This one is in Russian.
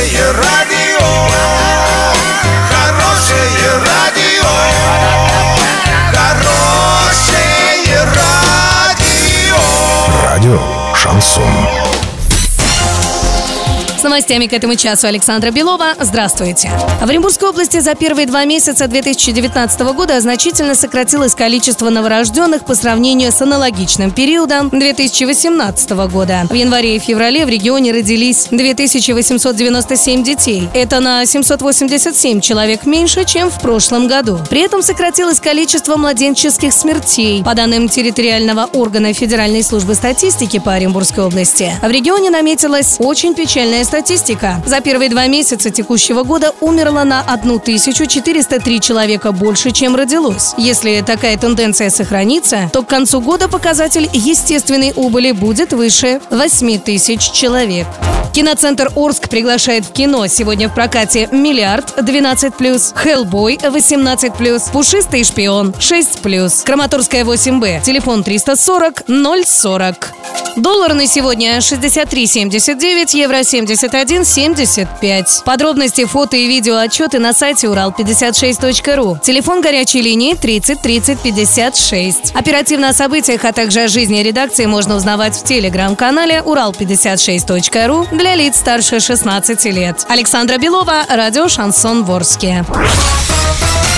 Хорошее радио, хорошее радио, хорошее радио. Радио Шансон. С новостями к этому часу Александра Белова. Здравствуйте. В Оренбургской области за первые 2 месяца 2019 года значительно сократилось количество новорожденных по сравнению с аналогичным периодом 2018 года. В январе и феврале в регионе родились 2897 детей. Это на 787 человек меньше, чем в прошлом году. При этом сократилось количество младенческих смертей. По данным территориального органа Федеральной службы статистики по Оренбургской области, в регионе наметилась очень печальная статистика. За первые 2 месяца текущего года умерло на 1403 человека больше, чем родилось. Если такая тенденция сохранится, то к концу года показатель естественной убыли будет выше 8000 человек. Киноцентр Орск приглашает в кино. Сегодня в прокате «Миллиард» 12+, «Хеллбой» 18+, «Пушистый шпион» 6+, Краматорская 8Б, телефон 340 040. Доллар на сегодня 63,79, евро 71,75. Подробности, фото и видео отчеты на сайте урал56.ру. Телефон горячей линии 30 30 56. Оперативно о событиях, а также о жизни редакции можно узнавать в телеграм-канале урал56.ру для лиц старше 16 лет. Александра Белова, радио «Шансон» в Орске.